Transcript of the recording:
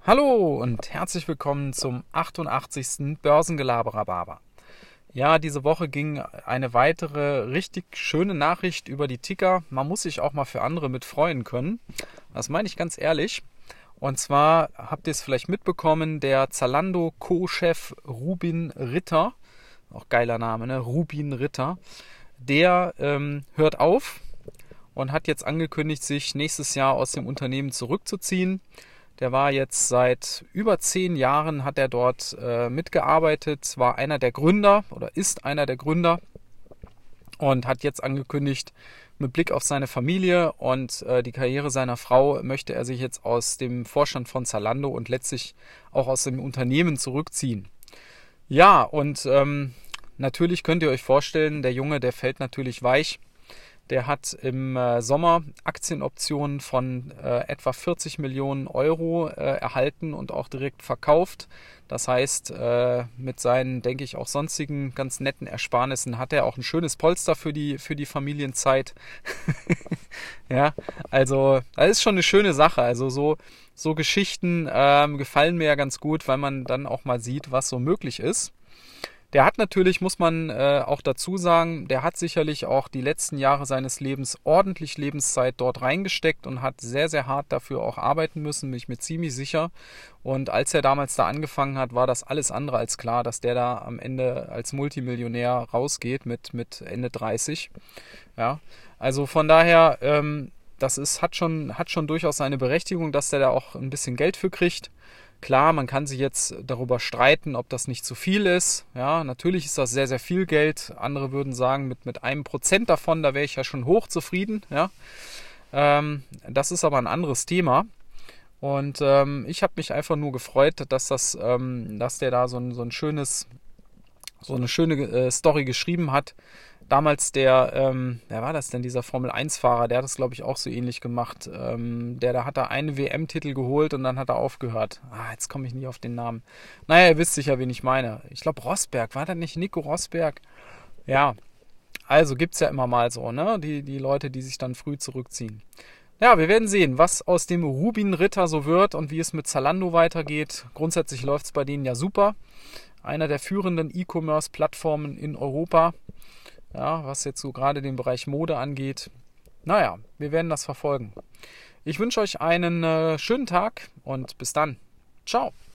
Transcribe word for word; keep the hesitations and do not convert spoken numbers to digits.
Hallo und herzlich willkommen zum achtundachtzigsten Börsengelaber-Rhabarber. Ja, diese Woche ging eine weitere richtig schöne Nachricht über die Ticker. Man muss sich auch mal für andere mit freuen können. Das meine ich ganz ehrlich. Und zwar habt ihr es vielleicht mitbekommen, der Zalando-Co-Chef Rubin Ritter, auch geiler Name, ne? Rubin Ritter, der ähm, hört auf und hat jetzt angekündigt, sich nächstes Jahr aus dem Unternehmen zurückzuziehen. Der war jetzt seit über zehn Jahren, hat er dort äh, mitgearbeitet, war einer der Gründer oder ist einer der Gründer und hat jetzt angekündigt, mit Blick auf seine Familie und äh, die Karriere seiner Frau möchte er sich jetzt aus dem Vorstand von Zalando und letztlich auch aus dem Unternehmen zurückziehen. Ja, und ähm, natürlich könnt ihr euch vorstellen, der Junge, der fällt natürlich weich. Der hat im äh, Sommer Aktienoptionen von äh, etwa vierzig Millionen Euro äh, erhalten und auch direkt verkauft. Das heißt, äh, mit seinen, denke ich, auch sonstigen ganz netten Ersparnissen hat er auch ein schönes Polster für die, für die Familienzeit. Ja, also das ist schon eine schöne Sache. Also so, so Geschichten ähm, gefallen mir ja ganz gut, weil man dann auch mal sieht, was so möglich ist. Der hat natürlich, muss man äh, auch dazu sagen, der hat sicherlich auch die letzten Jahre seines Lebens ordentlich Lebenszeit dort reingesteckt und hat sehr, sehr hart dafür auch arbeiten müssen, bin ich mir ziemlich sicher. Und als er damals da angefangen hat, war das alles andere als klar, dass der da am Ende als Multimillionär rausgeht mit, mit Ende dreißig. Ja, also von daher, ähm, das ist, hat schon, hat schon durchaus seine Berechtigung, dass der da auch ein bisschen Geld für kriegt. Klar, man kann sich jetzt darüber streiten, ob das nicht zu viel ist. Ja, natürlich ist das sehr, sehr viel Geld. Andere würden sagen, mit, mit einem Prozent davon, da wäre ich ja schon hoch zufrieden. Ja, ähm, das ist aber ein anderes Thema. Und ähm, ich habe mich einfach nur gefreut, dass das, ähm, dass der da so ein, so ein schönes, so eine schöne äh, Story geschrieben hat. Damals der, ähm, wer war das denn, dieser Formel eins Fahrer, der hat das, glaube ich, auch so ähnlich gemacht. Ähm, der, da hat er einen W M-Titel geholt und dann hat er aufgehört. Ah, jetzt komme ich nicht auf den Namen. Naja, ihr wisst sicher, wen ich meine. Ich glaube, Rosberg, war das nicht Nico Rosberg? Ja, also gibt es ja immer mal so, ne? Die, die Leute, die sich dann früh zurückziehen. Ja, wir werden sehen, was aus dem Rubin Ritter so wird und wie es mit Zalando weitergeht. Grundsätzlich läuft es bei denen ja super. Einer der führenden E-Commerce-Plattformen in Europa. Ja, was jetzt so gerade den Bereich Mode angeht. Naja, wir werden das verfolgen. Ich wünsche euch einen äh, schönen Tag und bis dann. Ciao.